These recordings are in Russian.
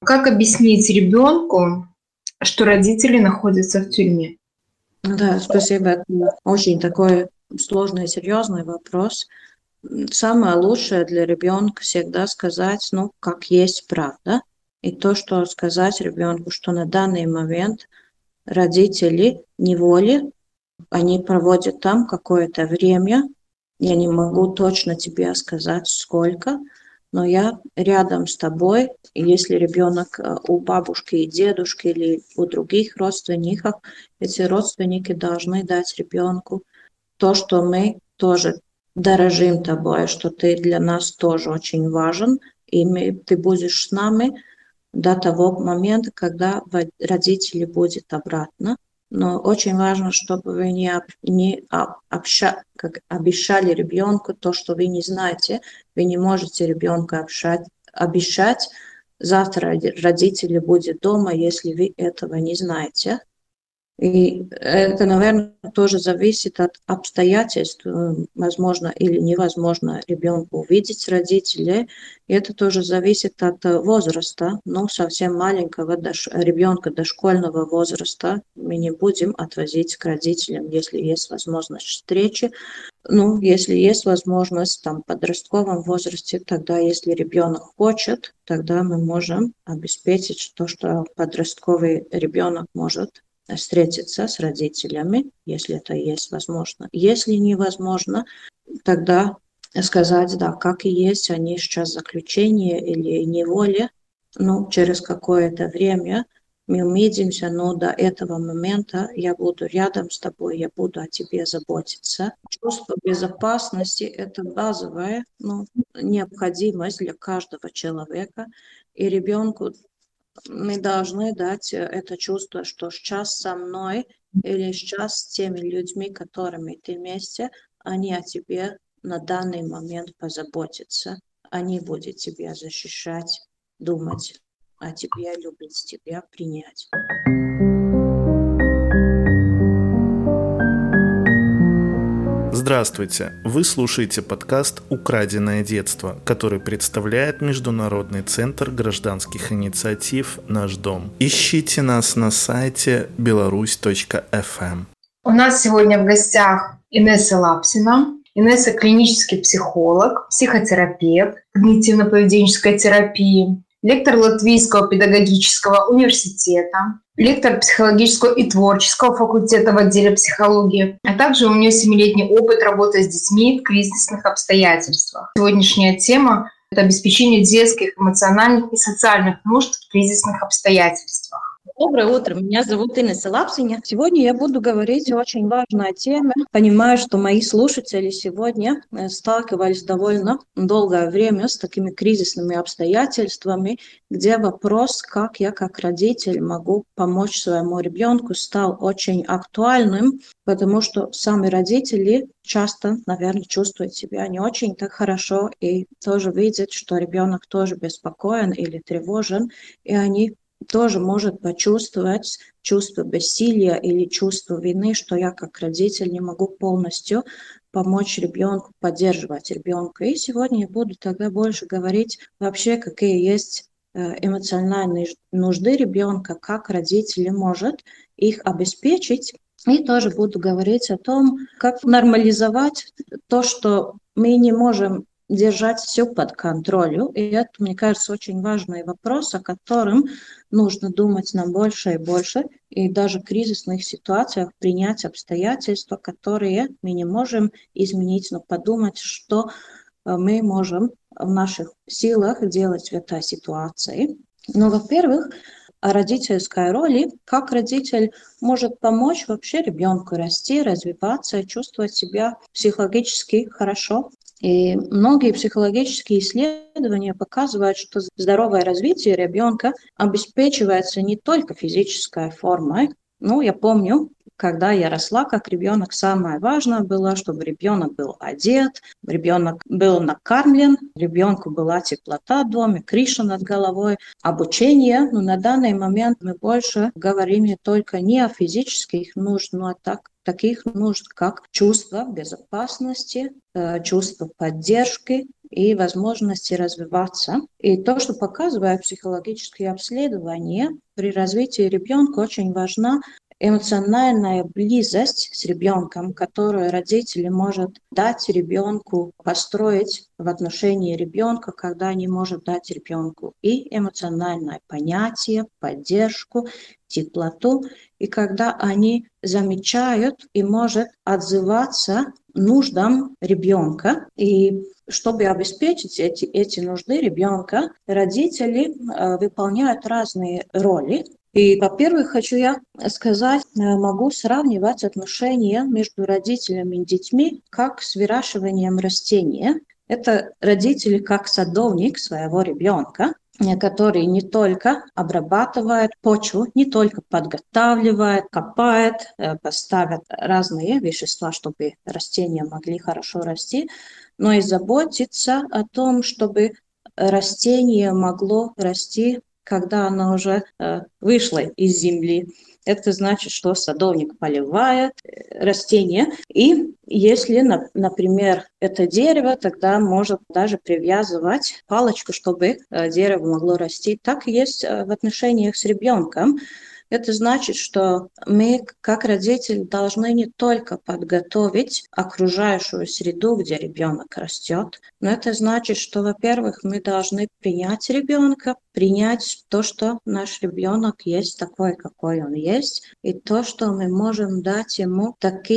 Как объяснить ребенку, что родители находятся в тюрьме? Да, спасибо. Это очень такой сложный и серьезный вопрос. Самое лучшее для ребенка всегда сказать, как есть правда. И то, что сказать ребенку, что на данный момент родители неволи, они проводят там какое-то время. Я не могу точно тебе сказать, сколько, но я рядом с тобой. И если ребенок у бабушки и дедушки или у других родственников, эти родственники должны дать ребенку то, что мы тоже дорожим тобой, что ты для нас тоже очень важен, и ты будешь с нами до того момента, когда родители будут обратно. Но очень важно, чтобы вы не обещали ребенку то, что вы не знаете. Вы не можете ребенка обещать, завтра родители будут дома, если вы этого не знаете. И это, наверное, тоже зависит от обстоятельств, возможно или невозможно ребенку увидеть родителей. И это тоже зависит от возраста. Совсем маленького ребенка дошкольного возраста мы не будем отвозить к родителям, если есть возможность встречи. Если есть возможность в подростковом возрасте, тогда если ребенок хочет, тогда мы можем обеспечить то, что подростковый ребенок может встретиться с родителями, если это есть возможно. Если невозможно, тогда сказать, да, как и есть, они сейчас в заключении или неволе, через какое-то время мы увидимся, но до этого момента я буду рядом с тобой, я буду о тебе заботиться. Чувство безопасности – это базовая необходимость для каждого человека, и ребенку мы должны дать это чувство, что сейчас со мной или сейчас с теми людьми, которыми ты вместе, они о тебе на данный момент позаботятся. Они будут тебя защищать, думать о тебе, любить тебя, принять. Здравствуйте! Вы слушаете подкаст «Украденное детство», который представляет Международный центр гражданских инициатив «Наш дом». Ищите нас на сайте belarus.fm. У нас сегодня в гостях Инесса Лапсина. Инесса – клинический психолог, психотерапевт когнитивно-поведенческой терапии, лектор Латвийского педагогического университета, лектор психологического и творческого факультета в отделе психологии, а также у нее 7-летний опыт работы с детьми в кризисных обстоятельствах. Сегодняшняя тема – это обеспечение детских, эмоциональных и социальных нужд в кризисных обстоятельствах. Доброе утро, меня зовут Инесса Лапсиня. Сегодня я буду говорить о очень важной теме. Понимаю, что мои слушатели сегодня сталкивались довольно долгое время с такими кризисными обстоятельствами, где вопрос, как я как родитель могу помочь своему ребенку, стал очень актуальным, потому что сами родители часто, наверное, чувствуют себя не очень так хорошо и тоже видят, что ребенок тоже беспокоен или тревожен, и они тоже может почувствовать чувство бессилия или чувство вины, что я как родитель не могу полностью помочь ребенку, поддерживать ребенка. И сегодня я буду тогда больше говорить вообще, какие есть эмоциональные нужды ребенка, как родители может их обеспечить. И тоже буду говорить о том, как нормализовать то, что мы не можем держать все под контролем. И это, мне кажется, очень важный вопрос, о котором нужно думать нам больше и больше. И даже в кризисных ситуациях принять обстоятельства, которые мы не можем изменить, но подумать, что мы можем в наших силах делать в этой ситуации. Во-первых, о родительской роли, как родитель может помочь вообще ребенку расти, развиваться, чувствовать себя психологически хорошо. И многие психологические исследования показывают, что здоровое развитие ребенка обеспечивается не только физической формой. Я помню, когда я росла как ребенок, самое важное было, чтобы ребенок был одет, ребенок был накормлен, ребенку была теплота в доме, крыша над головой, обучение. Но на данный момент мы больше говорим не только не о физических нуждах, но таких нужд, как чувство безопасности, чувство поддержки и возможности развиваться. И то, что показывают психологические обследования, при развитии ребенка очень важна эмоциональная близость с ребенком, которую родители могут дать ребенку, построить в отношении ребенка, когда они могут дать ребенку и эмоциональное понятие, поддержку, теплоту, и когда они замечают и могут отзываться нуждам ребенка. И чтобы обеспечить эти нужды ребенка, родители выполняют разные роли. И, во-первых, хочу я сказать, могу сравнивать отношения между родителями и детьми как с выращиванием растения. Это родители как садовник своего ребенка, который не только обрабатывает почву, не только подготавливает, копает, поставит разные вещества, чтобы растения могли хорошо расти, но и заботится о том, чтобы растение могло расти, когда оно уже вышло из земли. Это значит, что садовник поливает растения. И если, например, это дерево, тогда может даже привязывать палочку, чтобы дерево могло расти. Так и есть в отношениях с ребенком. Это значит, что мы, как родители, должны не только подготовить окружающую среду, где ребенок растет, но это значит, что, во-первых, мы должны принять ребенка, принять то, что наш ребенок есть такой, какой он есть, и то, что мы можем дать ему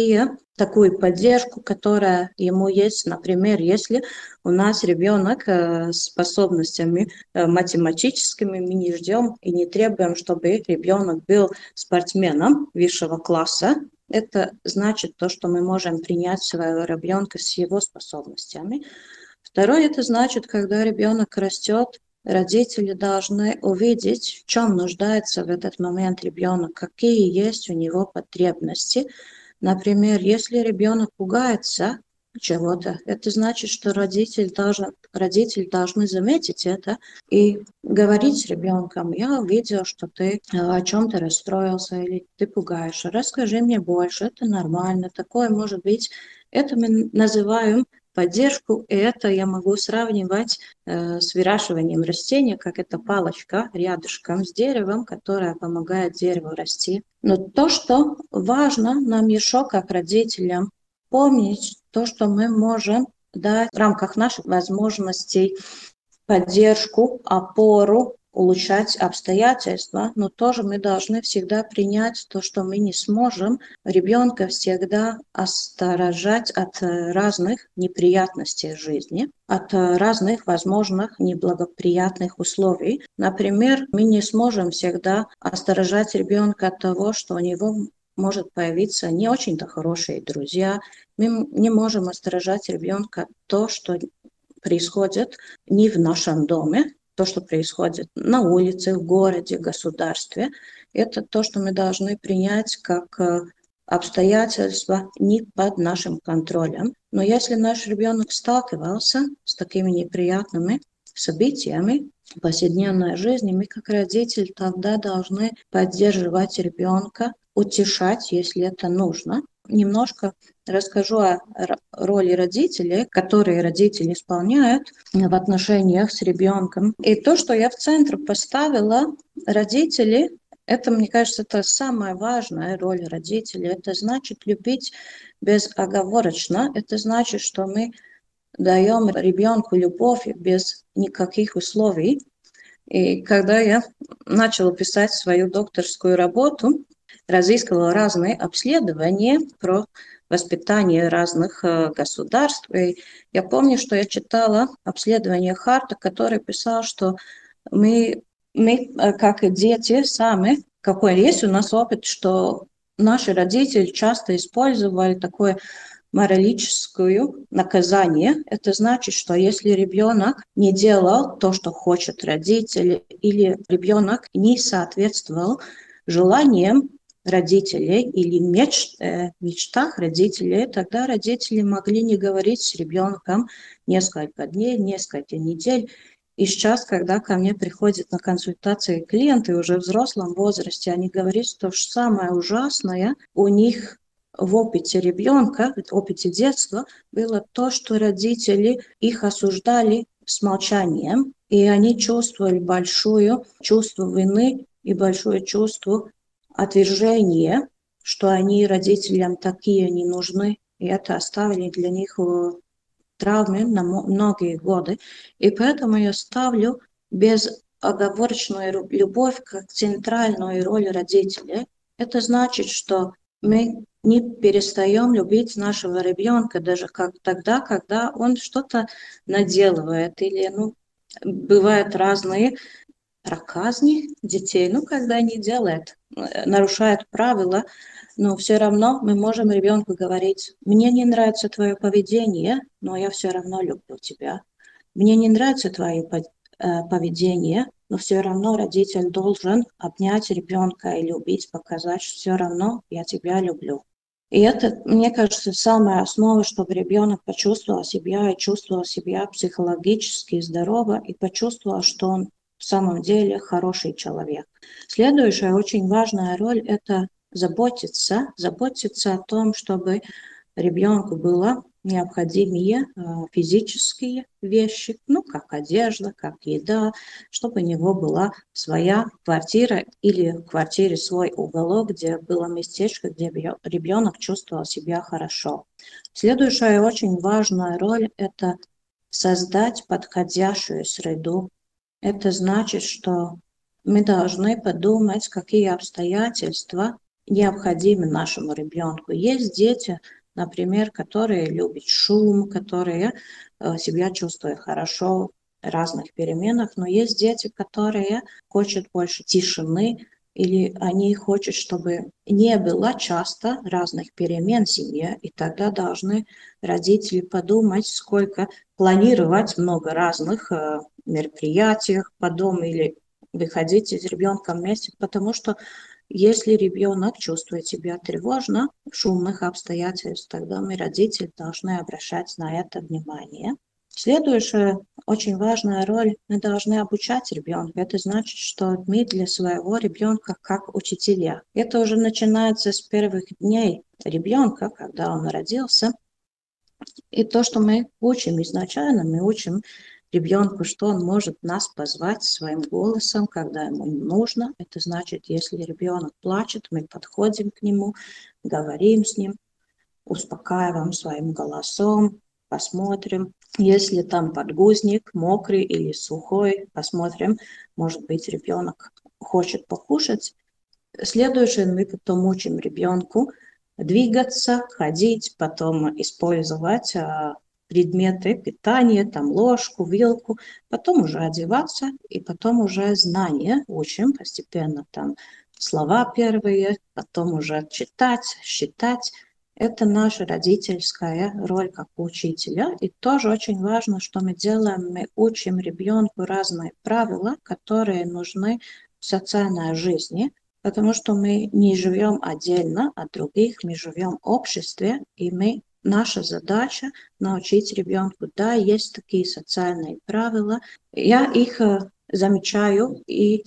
такую поддержку, которая ему есть. Например, если у нас ребенок с способностями математическими, мы не ждем и не требуем, чтобы ребенок был спортсменом высшего класса. Это значит то, что мы можем принять своего ребенка с его способностями. Второе, это значит, когда ребенок растет, родители должны увидеть, в чем нуждается в этот момент ребенок, какие есть у него потребности. Например, если ребенок пугается чего-то, это значит, что родители должны заметить это и говорить с ребенком: я увидел, что ты о чем-то расстроился или ты пугаешься, расскажи мне больше, это нормально, такое может быть. Это мы называем поддержку, и это я могу сравнивать с выращиванием растения, как эта палочка рядышком с деревом, которая помогает дереву расти. Но то, что важно нам еще как родителям, помнить то, что мы можем дать в рамках наших возможностей поддержку, опору, улучшать обстоятельства, но тоже мы должны всегда принять то, что мы не сможем ребенка всегда осторожать от разных неприятностей жизни, от разных возможных неблагоприятных условий. Например, мы не сможем всегда осторожать ребенка от того, что у него может появиться не очень-то хорошие друзья. Мы не можем осторожать ребенка от того, что происходит не в нашем доме, то, что происходит на улице, в городе, в государстве. Это то, что мы должны принять как обстоятельства не под нашим контролем. Но если наш ребенок сталкивался с такими неприятными событиями в повседневной жизни, мы как родители тогда должны поддерживать ребенка, утешать, если это нужно. Немножко расскажу о роли родителей, которые родители исполняют в отношениях с ребенком. И то, что я в центр поставила, родители, это, мне кажется, это самая важная роль родителей. Это значит любить безоговорочно. Это значит, что мы даем ребенку любовь без никаких условий. И когда я начала писать свою докторскую работу, разыскивала разные обследования про воспитание разных государств. И я помню, что я читала обследование Харта, который писал, что мы как и дети сами, какой есть у нас опыт, что наши родители часто использовали такое моралическое наказание. Это значит, что если ребенок не делал то, что хочет родители, или ребенок не соответствовал желаниям родителей или мечтах родителей, тогда родители могли не говорить с ребенком несколько дней, несколько недель. И сейчас, когда ко мне приходят на консультации клиенты уже в взрослом возрасте, они говорят, что самое ужасное у них в опыте ребенка, в опыте детства было то, что родители их осуждали с молчанием, и они чувствовали большое чувство вины и большое чувство отвержения, что они родителям такие не нужны, и это оставили для них травмы на многие годы. И поэтому я ставлю безоговорочную любовь как центральную роль родителей. Это значит, что мы не перестаем любить нашего ребенка даже тогда, когда он что-то наделывает. Или, бывают разные проказни детей, когда они делают, нарушают правила, но все равно мы можем ребенку говорить: мне не нравится твое поведение, но я все равно люблю тебя. Мне не нравится твое поведение, но все равно родитель должен обнять ребенка и любить, показать, что все равно я тебя люблю. И это, мне кажется, самая основа, чтобы ребенок почувствовал себя и чувствовал себя психологически здорово и почувствовал, что он в самом деле хороший человек. Следующая очень важная роль – это заботиться о том, чтобы ребенку было необходимые физические вещи, как одежда, как еда, чтобы у него была своя квартира или в квартире свой уголок, где было местечко, где ребенок чувствовал себя хорошо. Следующая очень важная роль – это создать подходящую среду. Это значит, что мы должны подумать, какие обстоятельства необходимы нашему ребенку. Есть дети, например, которые любят шум, которые себя чувствуют хорошо в разных переменах, но есть дети, которые хотят больше тишины, или они хотят, чтобы не было часто разных перемен в семье, и тогда должны родители подумать, сколько планировать много разных мероприятий по дому или выходить с ребенком вместе, потому что если ребенок чувствует себя тревожно в шумных обстоятельствах, тогда мы, родители, должны обращать на это внимание. Следующая очень важная роль – мы должны обучать ребенка. Это значит, что мы для своего ребенка как учителя. Это уже начинается с первых дней ребенка, когда он родился. И то, что мы учим изначально, мы учим ребенку, что он может нас позвать своим голосом, когда ему нужно. Это значит, если ребенок плачет, мы подходим к нему, говорим с ним, успокаиваем своим голосом, посмотрим. Если там подгузник мокрый или сухой, посмотрим, может быть, ребенок хочет покушать. Следующее, мы потом учим ребенку двигаться, ходить, потом использовать предметы питания, ложку, вилку, потом уже одеваться, и потом уже знания учим постепенно, слова первые, потом уже читать, считать. Это наша родительская роль как учителя. И тоже очень важно, что мы делаем, мы учим ребенку разные правила, которые нужны в социальной жизни, потому что мы не живем отдельно от других, мы живем в обществе, и наша задача научить ребенку, да, есть такие социальные правила, я их замечаю и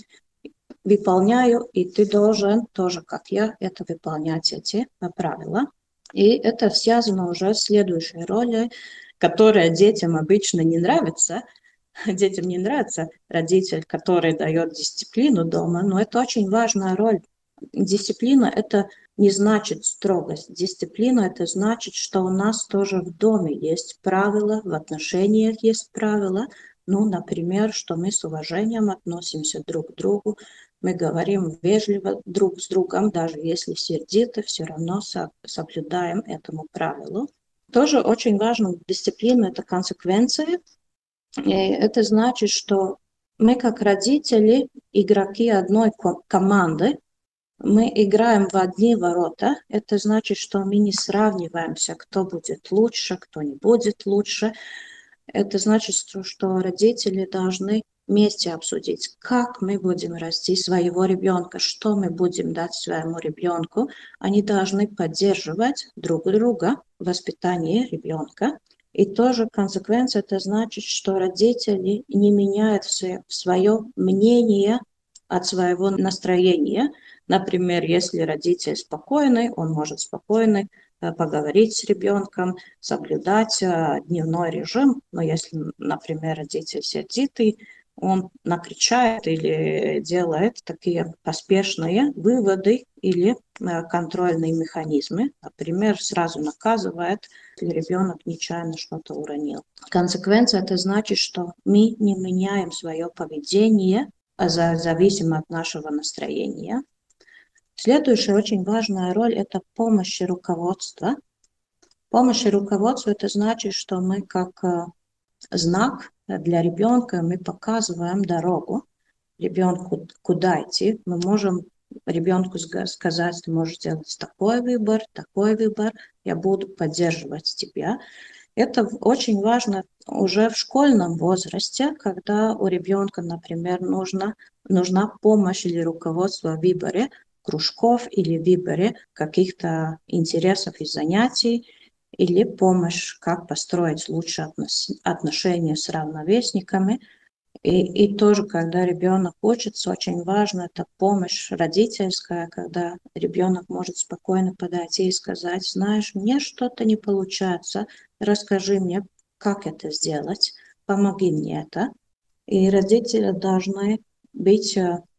выполняю, и ты должен тоже, как я, это выполнять, эти правила. И это связано уже с следующей ролью, которая детям обычно не нравится. Детям не нравится родитель, который дает дисциплину дома, но это очень важная роль. Дисциплина – это не значит строгость. Дисциплина – это значит, что у нас тоже в доме есть правила, в отношениях есть правила. Например, что мы с уважением относимся друг к другу, мы говорим вежливо друг с другом, даже если сердито, все равно соблюдаем этому правилу. Тоже очень важно, дисциплина – это консеквенции. И это значит, что мы как родители, игроки одной команды, мы играем в одни ворота. Это значит, что мы не сравниваемся, кто будет лучше, кто не будет лучше. Это значит, что родители должны вместе обсудить, как мы будем расти своего ребенка, что мы будем дать своему ребенку. Они должны поддерживать друг друга в воспитании ребенка. И тоже консеквенция, это значит, что родители не меняют свое мнение от своего настроения. Например, если родитель спокойный, он может спокойно поговорить с ребенком, соблюдать дневной режим. Но если, например, родитель сердитый, он накричает или делает такие поспешные выводы или контрольные механизмы. Например, сразу наказывает, если ребенок нечаянно что-то уронил. Консеквенция это значит, что мы не меняем свое поведение, зависимо от нашего настроения. Следующая очень важная роль – это помощь руководства. Помощь руководству – это значит, что мы как знак для ребенка, мы показываем дорогу ребенку, куда идти. Мы можем ребенку сказать, ты можешь делать такой выбор, я буду поддерживать тебя. Это очень важно уже в школьном возрасте, когда у ребенка, например, нужна помощь или руководство в выборе кружков или в выборе каких-то интересов и занятий, или помощь, как построить лучше отношения с равновесниками. И тоже, когда ребенок учится, очень важно это помощь родительская, когда ребенок может спокойно подойти и сказать, знаешь, мне что-то не получается, расскажи мне, как это сделать, помоги мне это. И родители должны быть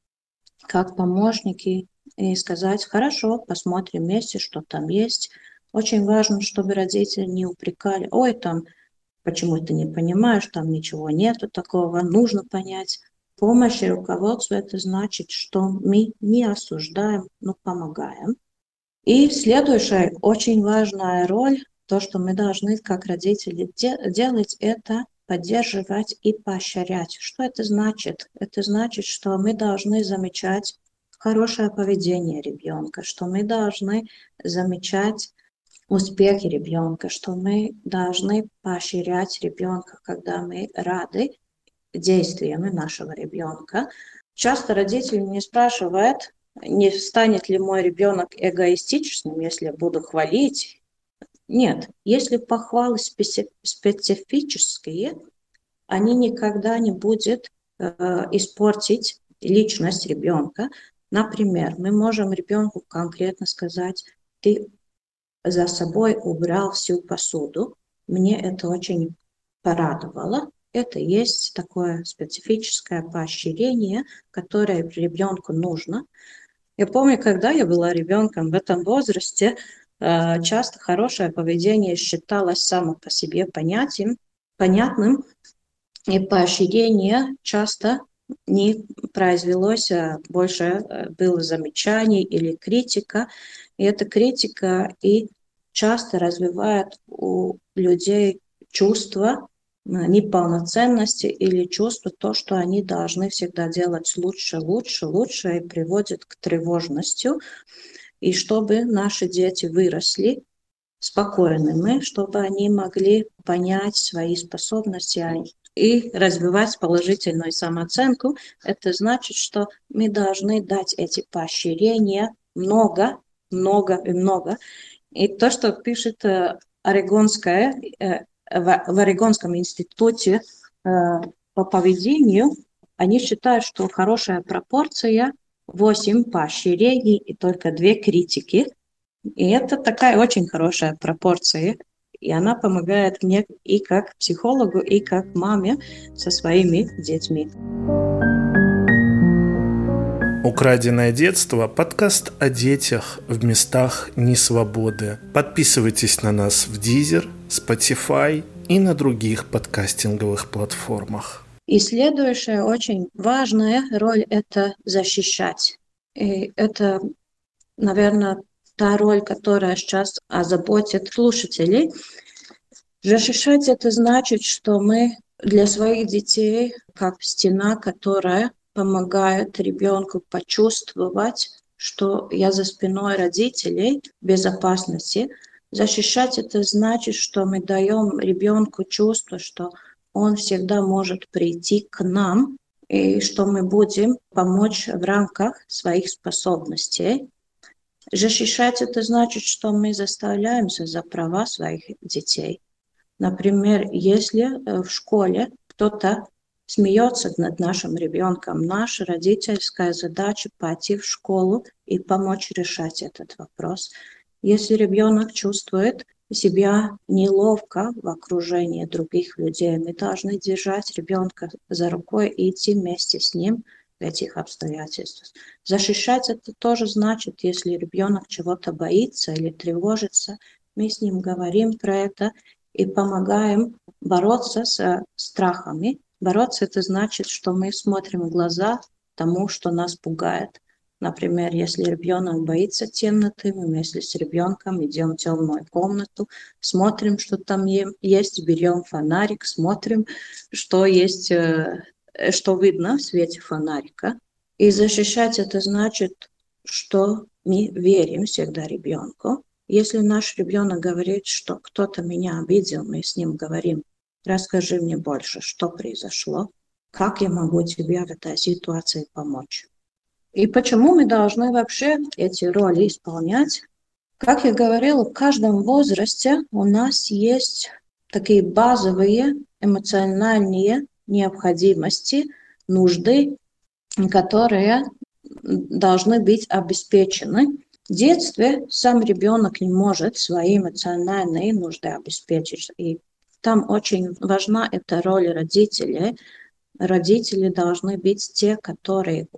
как помощники и сказать, хорошо, посмотрим вместе, что там есть. Очень важно, чтобы родители не упрекали, ой, там, почему ты не понимаешь, там ничего нету такого, нужно понять. Помощь и руководство – это значит, что мы не осуждаем, но помогаем. И следующая очень важная роль, то, что мы должны как родители делать, это поддерживать и поощрять. Что это значит? Это значит, что мы должны замечать хорошее поведение ребенка, что мы должны замечать успехи ребенка, что мы должны поощрять ребенка, когда мы рады действиям нашего ребенка. Часто родители не спрашивают, не станет ли мой ребенок эгоистичным, если я буду хвалить. Нет, если похвалы специфические, они никогда не будут испортить личность ребенка. Например, мы можем ребенку конкретно сказать, ты за собой убрал всю посуду. Мне это очень порадовало. Это есть такое специфическое поощрение, которое ребенку нужно. Я помню, когда я была ребенком в этом возрасте, часто хорошее поведение считалось само по себе понятным, и поощрение часто не произвелось, больше было замечаний или критика. И эта критика и часто развивает у людей чувство неполноценности или чувство то, что они должны всегда делать лучше, и приводит к тревожности. И чтобы наши дети выросли спокойными, чтобы они могли понять свои способности и развивать положительную самооценку, это значит, что мы должны дать эти поощрения много. И то, что пишет в Орегонском институте по поведению, они считают, что хорошая пропорция 8 поощрений и только 2 критики. И это такая очень хорошая пропорция. И она помогает мне и как психологу, и как маме со своими детьми. «Украденное детство» – подкаст о детях в местах несвободы. Подписывайтесь на нас в Deezer, Spotify и на других подкастинговых платформах. И следующая очень важная роль – это защищать. И это, наверное, та роль, которая сейчас озаботит слушателей. Защищать – это значит, что мы для своих детей как стена, которая помогает ребенку почувствовать, что я за спиной родителей в безопасности. Защищать – это значит, что мы даем ребенку чувство, что он всегда может прийти к нам и что мы будем помочь в рамках своих способностей. Защищать это значит, что мы заставляемся за права своих детей. Например, если в школе кто-то смеется над нашим ребенком, наша родительская задача пойти в школу и помочь решать этот вопрос. Если ребенок чувствует себя неловко в окружении других людей, мы должны держать ребенка за рукой и идти вместе с ним в этих обстоятельствах. Защищать это тоже значит, если ребенок чего-то боится или тревожится, мы с ним говорим про это и помогаем бороться с страхами. Бороться это значит, что мы смотрим в глаза тому, что нас пугает. Например, если ребенок боится темноты, мы вместе с ребенком идем в темную комнату, смотрим, что там есть, берем фонарик, смотрим, что есть, что видно в свете фонарика. И защищать это значит, что мы верим всегда ребенку. Если наш ребенок говорит, что кто-то меня обидел, мы с ним говорим: расскажи мне больше, что произошло, как я могу тебе в этой ситуации помочь. И почему мы должны вообще эти роли исполнять? Как я говорила, в каждом возрасте у нас есть такие базовые эмоциональные необходимости, нужды, которые должны быть обеспечены. В детстве сам ребенок не может свои эмоциональные нужды обеспечить. И там очень важна эта роль родителей. Родители должны быть те, которые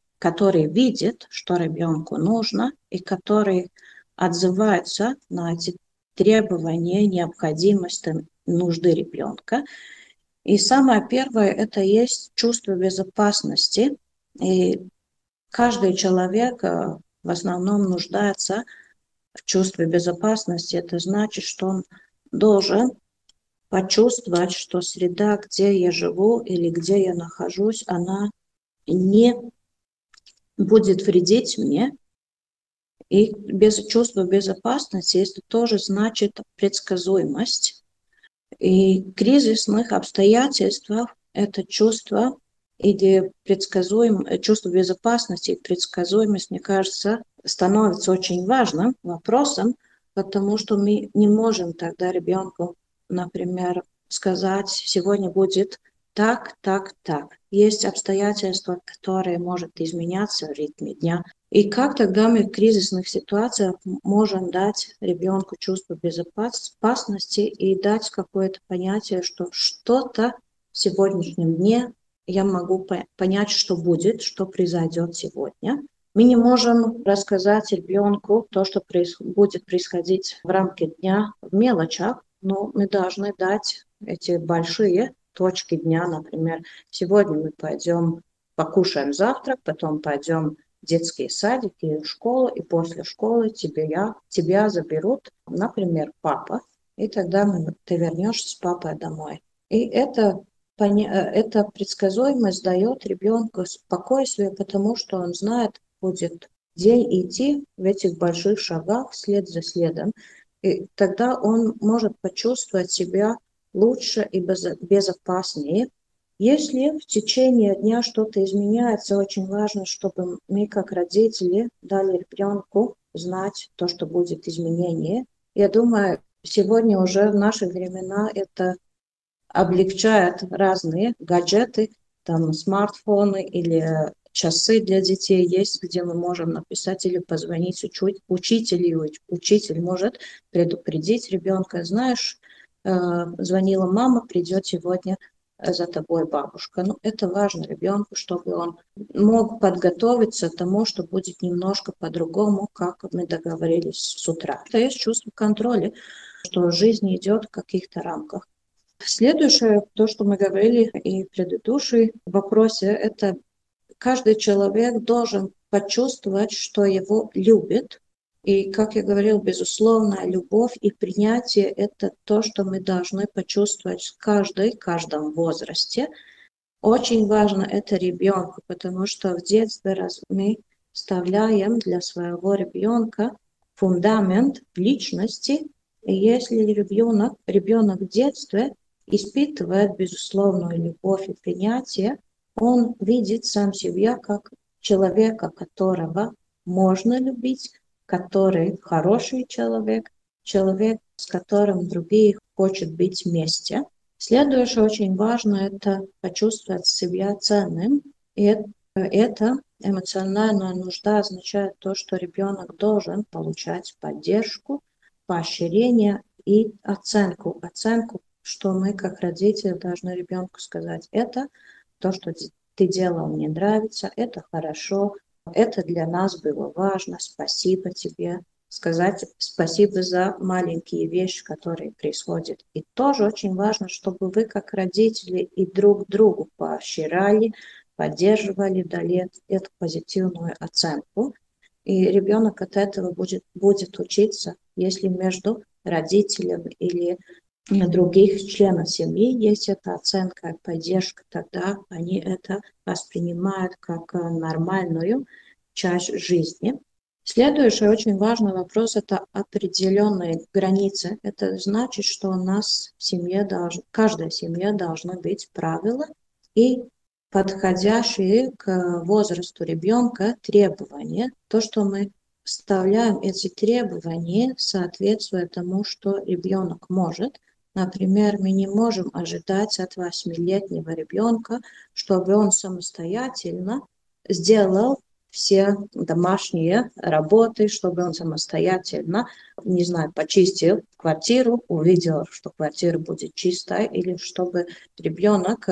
видят, что ребенку нужно, и которые отзываются на эти требования, необходимости, нужды ребенка. И самое первое – это есть чувство безопасности. И каждый человек в основном нуждается в чувстве безопасности. Это значит, что он должен почувствовать, что среда, где я живу или где я нахожусь, она не будет вредить мне. И без чувства безопасности это тоже значит предсказуемость. И в кризисных обстоятельствах это чувство или чувство безопасности и предсказуемость, мне кажется, становится очень важным вопросом, потому что мы не можем тогда ребенку, например, сказать: сегодня будет так, так, так. Есть обстоятельства, которые могут изменяться в ритме дня. И как тогда мы в кризисных ситуациях можем дать ребенку чувство безопасности и дать какое-то понятие, что что-то в сегодняшнем дне я могу понять, что будет, что произойдет сегодня. Мы не можем рассказать ребенку то, что будет происходить в рамке дня в мелочах, но мы должны дать эти большие точки дня. Например, сегодня мы пойдем покушаем завтрак, потом пойдем в детский садик или в школу, и после школы тебя заберут, например, папа, и тогда ты вернешься с папой домой. И эта предсказуемость дает ребенку спокойствие, потому что он знает, будет день идти в этих больших шагах след за следом, и тогда он может почувствовать себя лучше и безопаснее. Если в течение дня что-то изменяется, очень важно, чтобы мы, как родители, дали ребенку знать то, что будет изменение. Я думаю, сегодня уже в наши времена это облегчает разные гаджеты, там смартфоны или часы для детей есть, где мы можем написать или позвонить учителю. Учитель может предупредить ребенка: знаешь, звонила мама, придет сегодня за тобой бабушка. Это важно ребенку, чтобы он мог подготовиться к тому, что будет немножко по-другому, как мы договорились с утра. Это есть чувство контроля, что жизнь идет в каких-то рамках. Следующее, то, что мы говорили и в предыдущем вопросе, это каждый человек должен почувствовать, что его любят. И, как я говорила, безусловно, любовь и принятие – это то, что мы должны почувствовать в каждом возрасте. Очень важно это ребенку, потому что в детстве мы вставляем для своего ребенка фундамент личности. И если ребенок в детстве испытывает безусловную любовь и принятие, он видит сам себя как человека, которого можно любить, который хороший человек, человек, с которым другие хотят быть вместе. Следующее очень важно – это почувствовать себя ценным. И это эмоциональная нужда означает то, что ребенок должен получать поддержку, поощрение и оценку. Оценку, что мы как родители должны ребенку сказать: это то, что ты делал, мне нравится, это хорошо, это для нас было важно, спасибо тебе. Сказать спасибо за маленькие вещи, которые происходят. И тоже очень важно, чтобы вы как родители и друг другу поощряли, поддерживали, дали эту позитивную оценку. И ребенок от этого будет учиться, если между родителем или других членов семьи есть эта оценка и поддержка, тогда они это воспринимают как нормальную часть жизни. Следующий очень важный вопрос – это определенные границы. Это значит, что у нас в семье каждая семья должны быть правила и подходящие к возрасту ребенка требования. То, что мы вставляем эти требования, соответствует тому, что ребенок может. Например, мы не можем ожидать от 8-летнего ребенка, чтобы он самостоятельно сделал все домашние работы, чтобы он самостоятельно, не знаю, почистил квартиру, увидел, что квартира будет чистая, или чтобы ребенок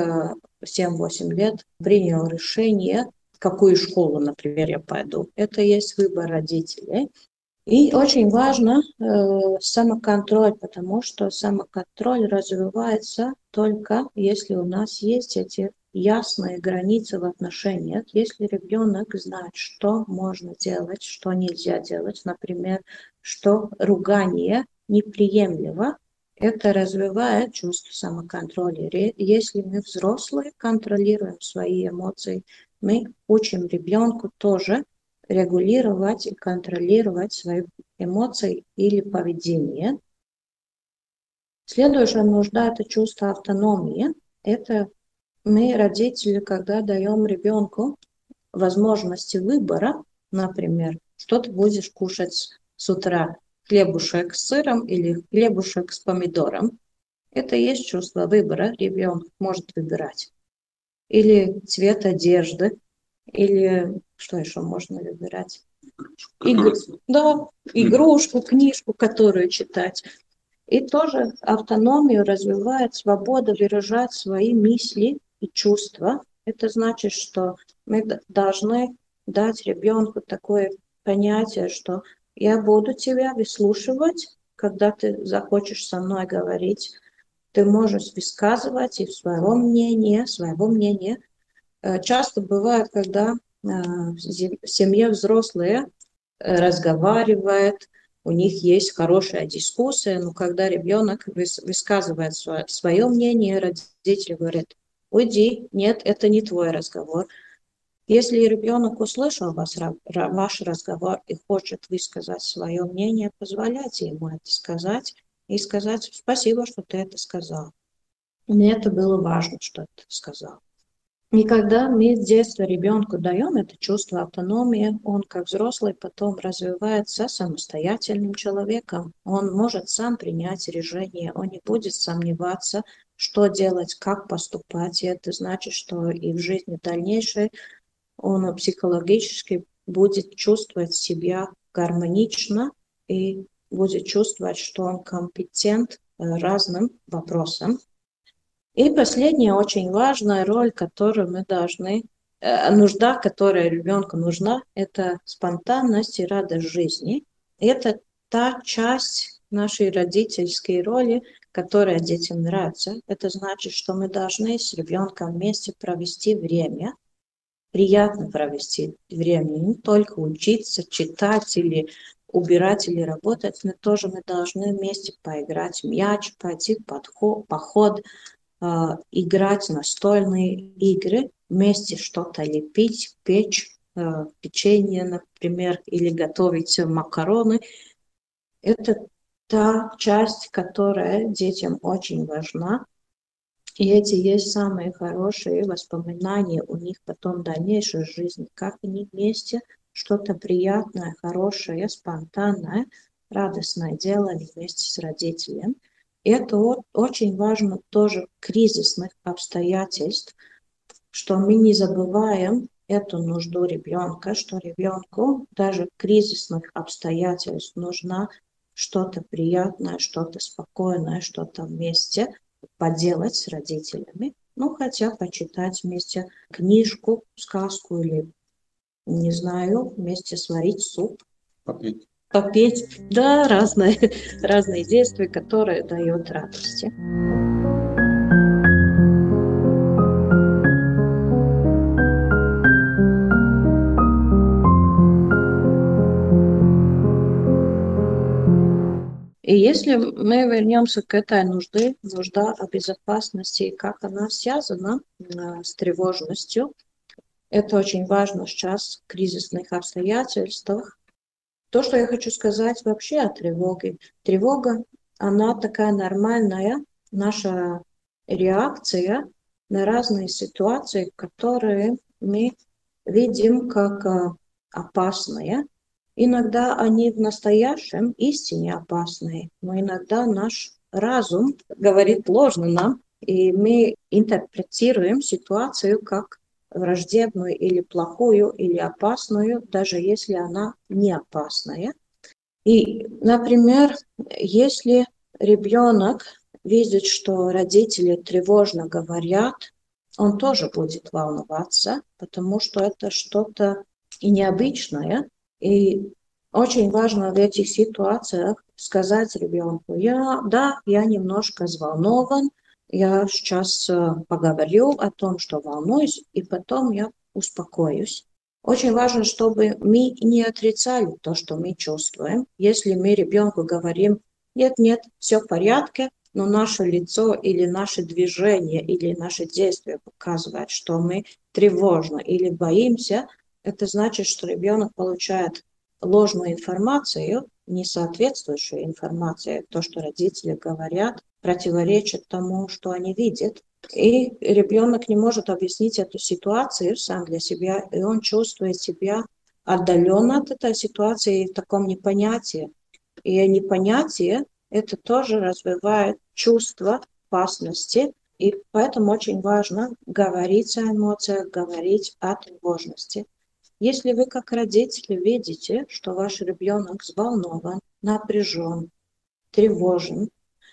7-8 лет принял решение, в какую школу, например, я пойду. Это есть выбор родителей. И очень важно самоконтроль, потому что самоконтроль развивается только если у нас есть эти ясные границы в отношениях. Если ребенок знает, что можно делать, что нельзя делать, например, что ругание неприемлемо, это развивает чувство самоконтроля. Если мы взрослые контролируем свои эмоции, мы учим ребенку тоже регулировать и контролировать свои эмоции или поведение. Следующая нужда – это чувство автономии. Это мы, родители, когда даем ребенку возможности выбора, например, что ты будешь кушать с утра, хлебушек с сыром или хлебушек с помидором. Это и есть чувство выбора, ребенок может выбирать. Или цвет одежды, или что еще можно выбирать? Игрушку, книжку, которую читать. И тоже автономию развивает свобода выражать свои мысли и чувства. Это значит, что мы должны дать ребенку такое понятие, что я буду тебя выслушивать, когда ты захочешь со мной говорить. Ты можешь высказывать и своего мнения. Часто бывает, когда в семье взрослые разговаривают, у них есть хорошая дискуссия, но когда ребенок высказывает свое мнение, родители говорят: уйди, нет, это не твой разговор. Если ребенок услышал ваш разговор и хочет высказать свое мнение, позволяйте ему это сказать и сказать: спасибо, что ты это сказал. Мне это было важно, что ты сказал. И когда мы с детства ребенку даем это чувство автономии, он как взрослый потом развивается самостоятельным человеком. Он может сам принять решение, он не будет сомневаться, что делать, как поступать. И это значит, что и в жизни дальнейшей он психологически будет чувствовать себя гармонично и будет чувствовать, что он компетент разным вопросам. И последняя очень важная роль, которую мы должны, нужда, которая ребенку нужна, это спонтанность и радость жизни. Это та часть нашей родительской роли, которая детям нравится. Это значит, что мы должны с ребенком вместе провести время, приятно провести время, не только учиться, читать или убирать или работать, но тоже мы должны вместе поиграть в мяч, пойти в поход, играть настольные игры, вместе что-то лепить, печь, печенье, например, или готовить макароны. Это та часть, которая детям очень важна. И эти есть самые хорошие воспоминания у них потом в дальнейшей жизни, как они вместе что-то приятное, хорошее, спонтанное, радостное делали вместе с родителем. И это очень важно тоже в кризисных обстоятельств, что мы не забываем эту нужду ребенка, что ребенку даже в кризисных обстоятельствах нужно что-то приятное, что-то спокойное, что-то вместе поделать с родителями. Ну, хотя почитать вместе книжку, сказку или, не знаю, вместе сварить суп. Попеть. Да, разные действия, которые дают радости. И если мы вернемся к этой нужда о безопасности, как она связана с тревожностью, это очень важно сейчас в кризисных обстоятельствах. То, что я хочу сказать вообще о тревоге. Тревога, она такая нормальная наша реакция на разные ситуации, которые мы видим как опасные. Иногда они в настоящем истине опасные, но иногда наш разум говорит ложно нам, и мы интерпретируем ситуацию как враждебную или плохую, или опасную, даже если она не опасная. И, например, если ребенок видит, что родители тревожно говорят, он тоже будет волноваться, потому что это что-то и необычное. И очень важно в этих ситуациях сказать ребенку: я немножко взволнован, я сейчас поговорю о том, что волнуюсь, и потом я успокоюсь. Очень важно, чтобы мы не отрицали то, что мы чувствуем. Если мы ребенку говорим: нет, все в порядке, но наше лицо или наше движение или наши действия показывают, что мы тревожны или боимся, это значит, что ребенок получает ложную информацию, несоответствующую информацию. То, что родители говорят, противоречит тому, что они видят. И ребенок не может объяснить эту ситуацию сам для себя, и он чувствует себя отдаленно от этой ситуации в таком непонятии. И непонятие это тоже развивает чувство опасности, и поэтому очень важно говорить о эмоциях, говорить о тревожности. Если вы как родители видите, что ваш ребенок взволнован, напряжен, тревожен,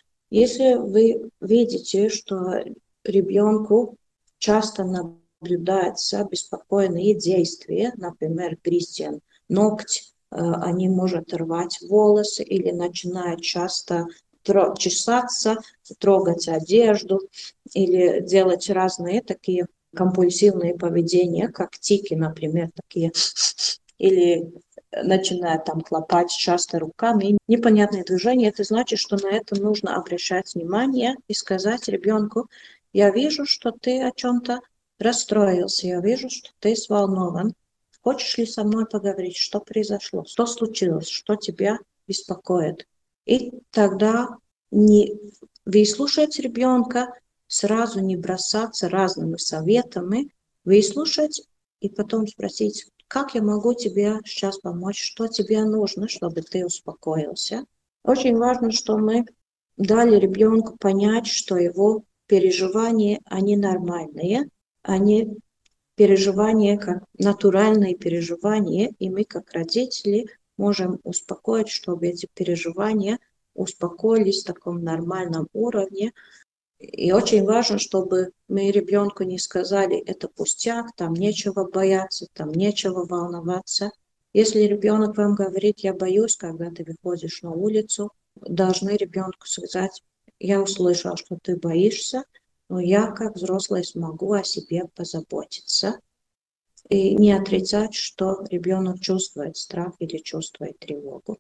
если вы видите, что ребенку часто наблюдаются беспокойные действия, например, грызть ноготь, они могут рвать волосы или начинают часто чесаться, трогать одежду или делать разные такие компульсивные поведения, как тики, например, такие, или начинает там хлопать часто руками, непонятные движения, это значит, что на это нужно обращать внимание и сказать ребенку: я вижу, что ты о чем-то расстроился, я вижу, что ты взволнован. Хочешь ли со мной поговорить, что произошло, что случилось, что тебя беспокоит? И тогда не выслушать ребенка, сразу не бросаться разными советами, выслушать и потом спросить: как я могу тебе сейчас помочь, что тебе нужно, чтобы ты успокоился. Очень важно, что мы дали ребенку понять, что его переживания, они нормальные, они переживания как натуральные переживания, и мы как родители можем успокоить, чтобы эти переживания успокоились в таком нормальном уровне. И очень важно, чтобы мы ребенку не сказали: это пустяк, там нечего бояться, там нечего волноваться. Если ребенок вам говорит: я боюсь, когда ты выходишь на улицу, должны ребенку сказать: я услышал, что ты боишься, но я как взрослый смогу о себе позаботиться. И не отрицать, что ребенок чувствует страх или чувствует тревогу.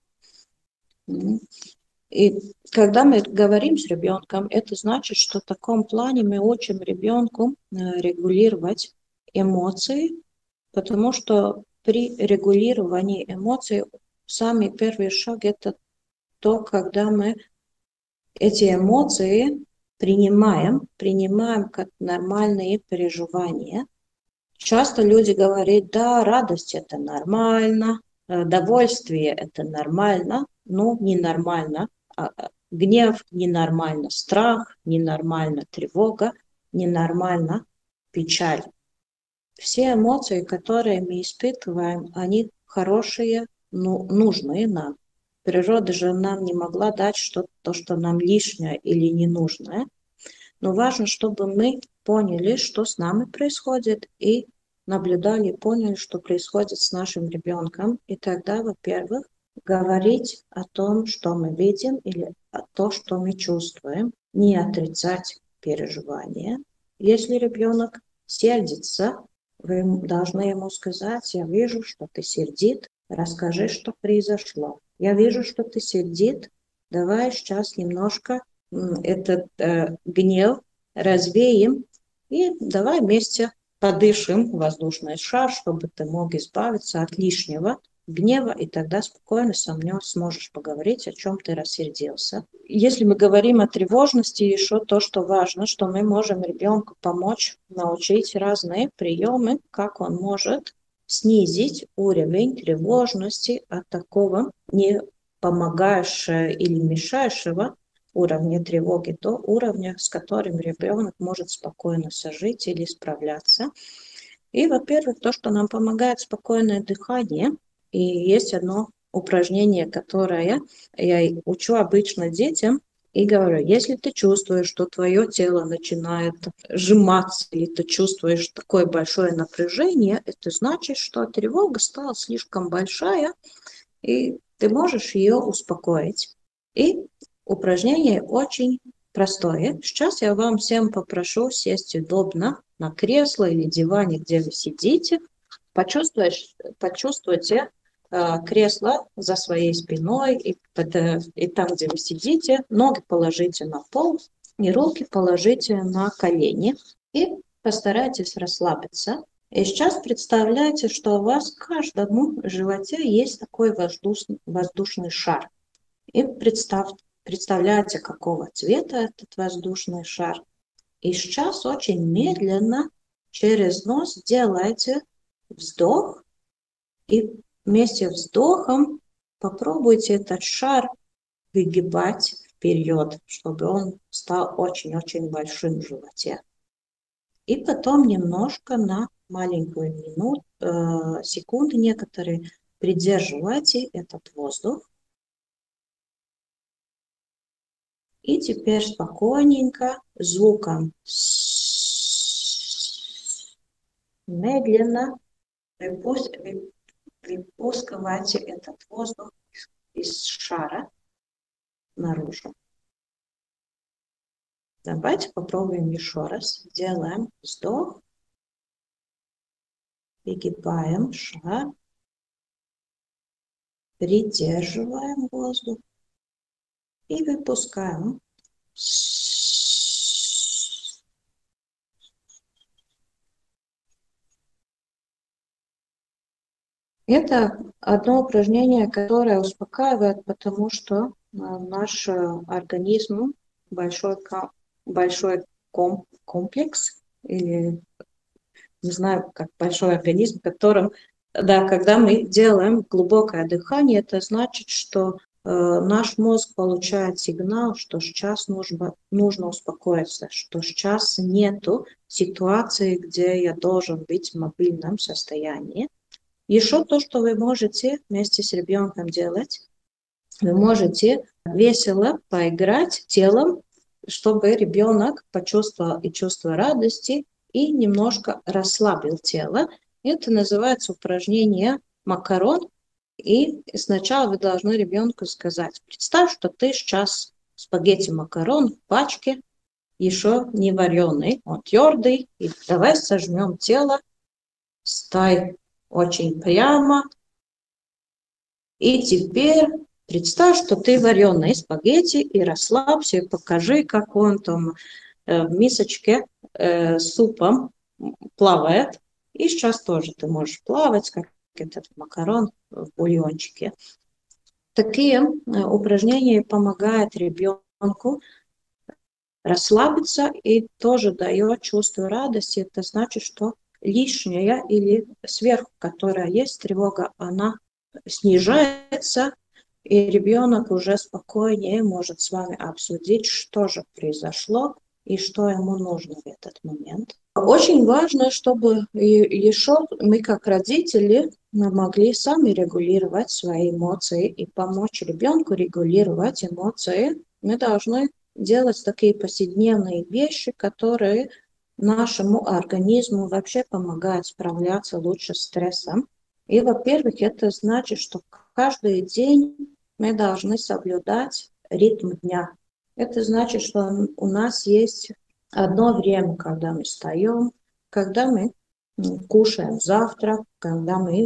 И когда мы говорим с ребенком, это значит, что в таком плане мы учим ребенку регулировать эмоции, потому что при регулировании эмоций самый первый шаг – это то, когда мы эти эмоции принимаем как нормальные переживания. Часто люди говорят, да, радость это нормально, довольствие это нормально, но ненормально. Гнев ненормально, страх ненормально, тревога ненормально, печаль. Все эмоции, которые мы испытываем, они хорошие, но нужные нам. Природа же нам не могла дать то, что нам лишнее или ненужное. Но важно, чтобы мы поняли, что с нами происходит, и наблюдали, и поняли, что происходит с нашим ребенком. И тогда, во-первых, говорить о том, что мы видим, или о том, что мы чувствуем, не отрицать переживания. Если ребенок сердится, вы должны ему сказать: я вижу, что ты сердит, расскажи, что произошло. Я вижу, что ты сердит, давай сейчас немножко этот гнев развеем и давай вместе подышим в воздушный шар, чтобы ты мог избавиться от лишнего гнева, и тогда спокойно со мной сможешь поговорить, о чем ты рассердился. Если мы говорим о тревожности, еще то, что важно, что мы можем ребенку помочь, научить разные приемы, как он может снизить уровень тревожности от такого не помогающего или мешающего уровня тревоги до уровня, с которым ребенок может спокойно сожить или справляться. И, во-первых, то, что нам помогает спокойное дыхание. И есть одно упражнение, которое я учу обычно детям, и говорю: если ты чувствуешь, что твое тело начинает сжиматься, или ты чувствуешь такое большое напряжение, это значит, что тревога стала слишком большая, и ты можешь ее успокоить. И упражнение очень простое. Сейчас я вам всем попрошу сесть удобно на кресло или диване, где вы сидите. Почувствуйте кресло за своей спиной и там, где вы сидите. Ноги положите на пол и руки положите на колени. И постарайтесь расслабиться. И сейчас представляйте, что у вас в каждом животе есть такой воздушный шар. И представляйте, какого цвета этот воздушный шар. И сейчас очень медленно через нос делайте вздох. И вместе с вздохом попробуйте этот шар выгибать вперед, чтобы он стал очень-очень большим в животе. И потом немножко на маленькую секунду некоторые придерживайте этот воздух. И теперь спокойненько звуком медленно выпускайте этот воздух из шара наружу. Давайте попробуем еще раз. Делаем вздох. Выгибаем шар. Придерживаем воздух. И выпускаем. Это одно упражнение, которое успокаивает, потому что наш организм большой комплекс, или не знаю, как большой организм, в котором, да, когда мы делаем глубокое дыхание, это значит, что наш мозг получает сигнал, что сейчас нужно успокоиться, что сейчас нету ситуации, где я должен быть в мобильном состоянии. Еще то, что вы можете вместе с ребенком делать, вы можете весело поиграть телом, чтобы ребенок почувствовал и чувство радости, и немножко расслабил тело. Это называется упражнение макарон. И сначала вы должны ребенку сказать: представь, что ты сейчас спагетти-макарон в пачке, еще не вареный, он твердый, и давай сожмем тело, стай очень прямо. И теперь представь, что ты вареные спагетти, и расслабься, и покажи, как он там в мисочке с супом плавает. И сейчас тоже ты можешь плавать, как этот макарон в бульончике. Такие упражнения помогают ребенку расслабиться и тоже дает чувство радости. Это значит, что лишняя или сверху, которая есть тревога, она снижается, и ребенок уже спокойнее может с вами обсудить, что же произошло и что ему нужно в этот момент. Очень важно, чтобы еще мы, как родители, могли сами регулировать свои эмоции и помочь ребенку регулировать эмоции. Мы должны делать такие повседневные вещи, которые нашему организму вообще помогают справляться лучше с стрессом. И, во-первых, это значит, что каждый день мы должны соблюдать ритм дня. Это значит, что у нас есть одно время, когда мы встаем, когда мы кушаем завтрак, когда мы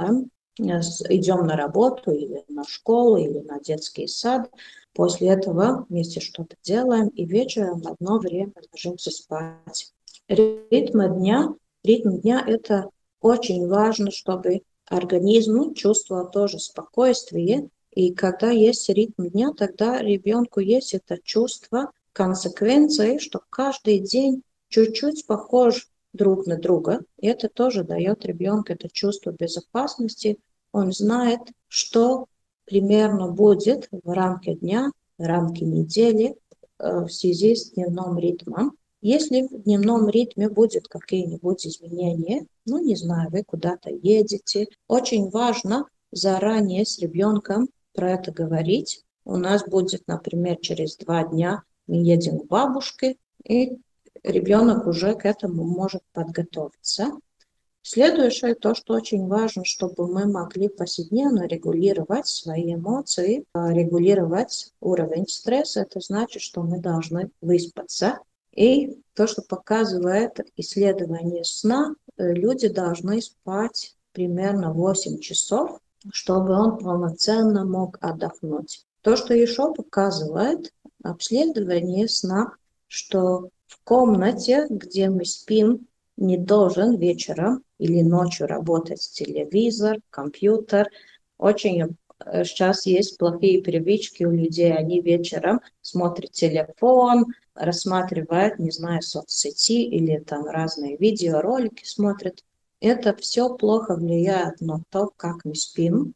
идем на работу или на школу, или на детский сад. После этого вместе что-то делаем, и вечером в одно время ложимся спать. Ритм дня – это очень важно, чтобы организм чувствовал тоже спокойствие. И когда есть ритм дня, тогда ребенку есть это чувство консеквенции, что каждый день чуть-чуть похож друг на друга. И это тоже дает ребенку это чувство безопасности. Он знает, что примерно будет в рамке дня, в рамке недели в связи с дневным ритмом. Если в дневном ритме будет какие-нибудь изменения, не знаю, вы куда-то едете, очень важно заранее с ребенком про это говорить. У нас будет, например, через 2 дня мы едем к бабушке, и ребенок уже к этому может подготовиться. Следующее, то, что очень важно, чтобы мы могли повседневно регулировать свои эмоции, регулировать уровень стресса, это значит, что мы должны выспаться. И то, что показывает исследование сна, люди должны спать примерно 8 часов, чтобы он полноценно мог отдохнуть. То, что еще показывает обследование сна, что в комнате, где мы спим, не должен вечером или ночью работать телевизор, компьютер. Очень сейчас есть плохие привычки у людей. Они вечером смотрят телефон, рассматривают, не знаю, соцсети или там разные видеоролики смотрят. Это все плохо влияет на то, как мы спим,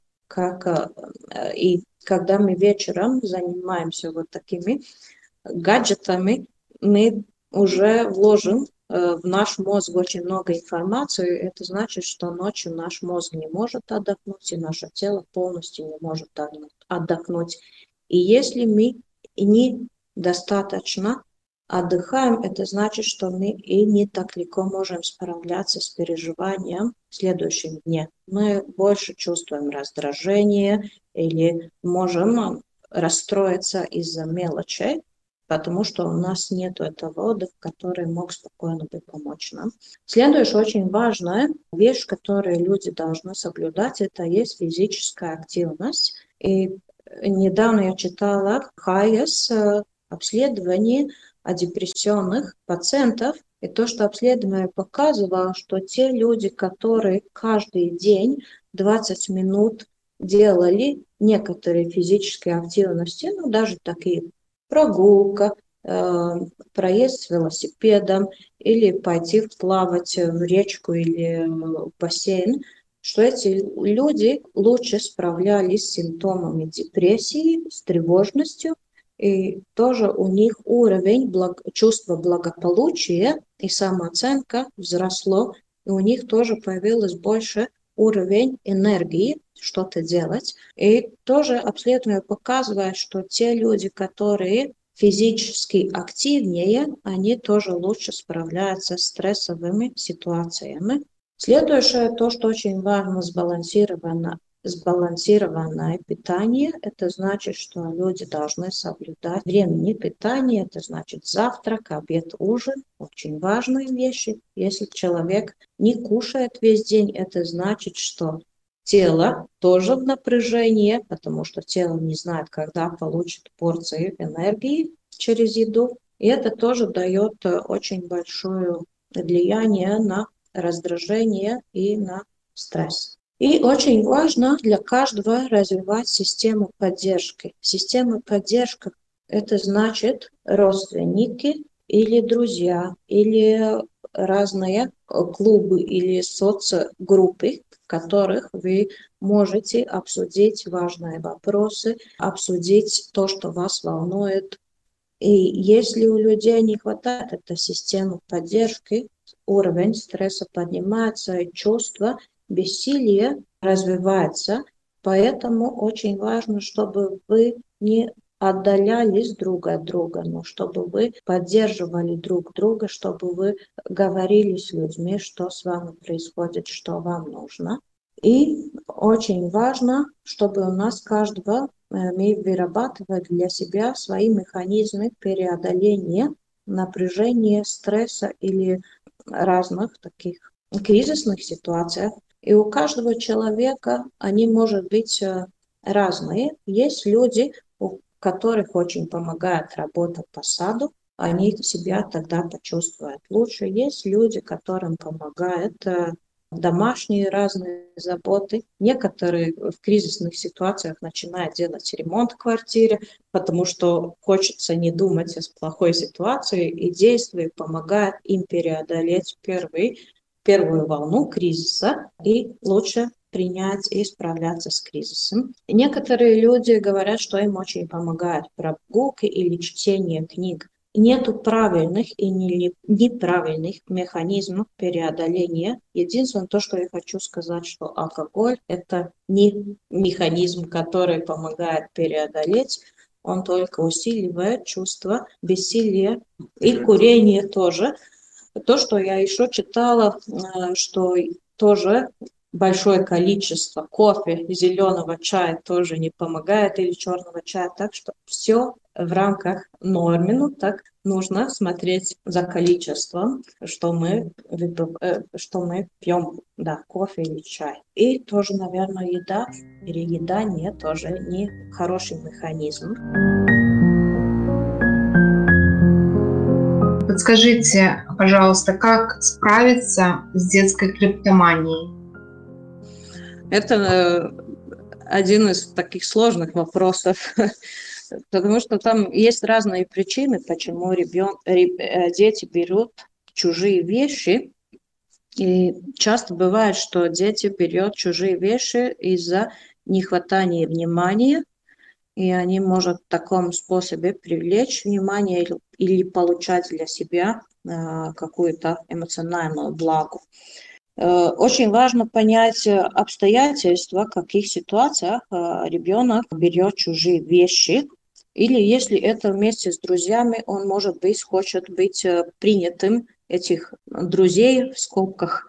и когда мы вечером занимаемся вот такими гаджетами, мы уже вложим в наш мозг очень много информации. Это значит, что ночью наш мозг не может отдохнуть, и наше тело полностью не может отдохнуть. И если мы недостаточно отдыхаем, это значит, что мы и не так легко можем справляться с переживанием в следующем дне. Мы больше чувствуем раздражение или можем расстроиться из-за мелочей, потому что у нас нет этого отдыха, который мог спокойно бы помочь нам. Следующая очень важная вещь, которую люди должны соблюдать, это есть физическая активность. И недавно я читала ХАИС обследование о депрессионных пациентов, и то, что обследование показывало, что те люди, которые каждый день 20 минут делали некоторые физические активности, даже такие прогулка, проезд с велосипедом или пойти плавать в речку или в бассейн, что эти люди лучше справлялись с симптомами депрессии, с тревожностью, и тоже у них уровень чувства благополучия и самооценка взросло, и у них тоже появилось больше уровень энергии что-то делать. И тоже обследование показывает, что те люди, которые физически активнее, они тоже лучше справляются с стрессовыми ситуациями. Следующее, то, что очень важно, сбалансированное питание. Это значит, что люди должны соблюдать времени питания. Это значит завтрак, обед, ужин. Очень важные вещи. Если человек не кушает весь день, это значит, что тело тоже в напряжении, потому что тело не знает, когда получит порцию энергии через еду. И это тоже дает очень большое влияние на раздражение и на стресс. И очень важно для каждого развивать систему поддержки. Система поддержки это значит родственники или друзья, или разные клубы или соцгруппы, в которых вы можете обсудить важные вопросы, обсудить то, что вас волнует. И если у людей не хватает этой системы поддержки, уровень стресса поднимается, и чувство бессилия развивается. Поэтому очень важно, чтобы вы не отдалялись друг от друга, но чтобы вы поддерживали друг друга, чтобы вы говорили с людьми, что с вами происходит, что вам нужно. И очень важно, чтобы у нас каждого мы вырабатывали для себя свои механизмы преодоления напряжения, стресса или разных таких кризисных ситуациях. И у каждого человека они могут быть разные. Есть люди, у которых очень помогает работа по саду, они себя тогда почувствуют лучше. Есть люди, которым помогает домашние разные заботы. Некоторые в кризисных ситуациях начинают делать ремонт в квартире, потому что хочется не думать о плохой ситуации, и действие помогает им преодолеть первую волну кризиса и лучше принять и справляться с кризисом. Некоторые люди говорят, что им очень помогает прогулки или чтение книг. Нету правильных и неправильных механизмов преодоления. Единственное, то, что я хочу сказать, что алкоголь – это не механизм, который помогает преодолеть, он только усиливает чувство бессилия. И курение тоже. То, что я еще читала, что тоже большое количество кофе, зеленого чая тоже не помогает, или черного чая, так что все в рамках нормы, ну так нужно смотреть за количеством, что мы пьем, да, кофе или чай. И тоже, наверное, еда, переедание тоже не хороший механизм. Подскажите, пожалуйста, как справиться с детской клептоманией? Это один из таких сложных вопросов, потому что там есть разные причины, почему дети берут чужие вещи. И часто бывает, что дети берут чужие вещи из-за нехватания внимания, и они могут в таком способе привлечь внимание или получать для себя какую-то эмоциональную благо. Очень важно понять обстоятельства, в каких ситуациях ребенок берет чужие вещи, или если это вместе с друзьями, он, может быть, хочет быть принятым этих друзей, в скобках.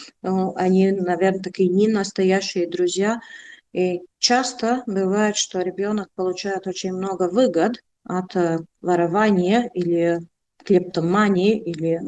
Они, наверное, такие не настоящие друзья. И часто бывает, что ребенок получает очень много выгод от ворования или клептомании, или,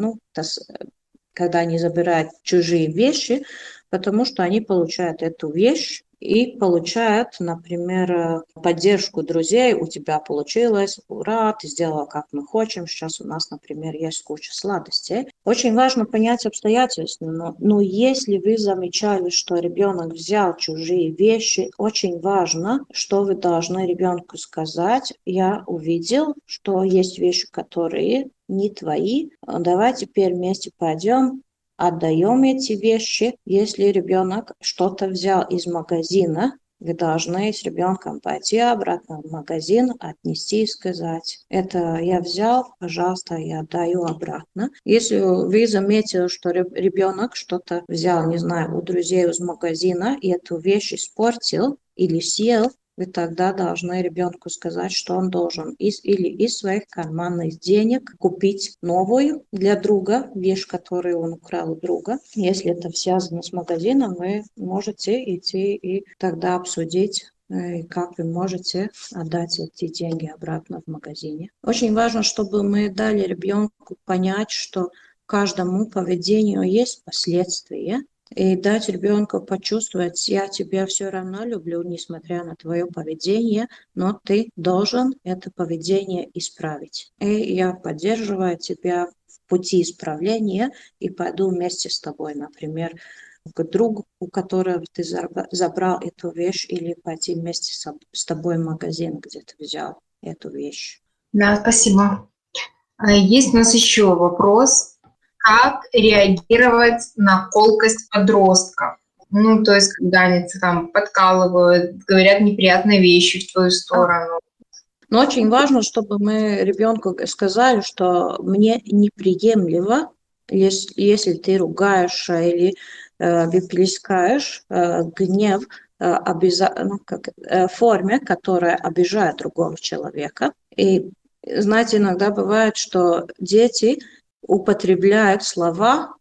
когда они забирают чужие вещи, потому что они получают эту вещь и получают, например, поддержку друзей. У тебя получилось, ура, ты сделала, как мы хотим, сейчас у нас, например, есть куча сладостей. Очень важно понять обстоятельства, но если вы замечали, что ребенок взял чужие вещи, очень важно, что вы должны ребенку сказать. Я увидел, что есть вещи, которые не твои. Давай теперь вместе пойдем, отдаем эти вещи. Если ребенок что-то взял из магазина, вы должны с ребенком пойти обратно в магазин, отнести и сказать: это я взял, пожалуйста, я отдаю обратно. Если вы заметили, что ребенок что-то взял, не знаю, у друзей из магазина, и эту вещь испортил или съел, вы тогда должны ребенку сказать, что он должен или из своих карманных денег купить новую для друга, вещь, которую он украл у друга. Если это связано с магазином, вы можете идти и тогда обсудить, как вы можете отдать эти деньги обратно в магазине. Очень важно, чтобы мы дали ребенку понять, что каждому поведению есть последствия, и дать ребенку почувствовать: я тебя все равно люблю, несмотря на твое поведение, но ты должен это поведение исправить. И я поддерживаю тебя в пути исправления и пойду вместе с тобой, например, к другу, у которого ты забрал эту вещь, или пойти вместе с тобой в магазин, где ты взял эту вещь. Да, спасибо. Есть у нас еще вопрос. Как реагировать на колкость подростков? Ну, то есть, когда они там подкалывают, говорят неприятные вещи в твою сторону. Но очень важно, чтобы мы ребенку сказали, что мне неприемлемо, если ты ругаешь или выплескаешь гнев в форме, которая обижает другого человека. И, знаете, иногда бывает, что дети употребляют слова,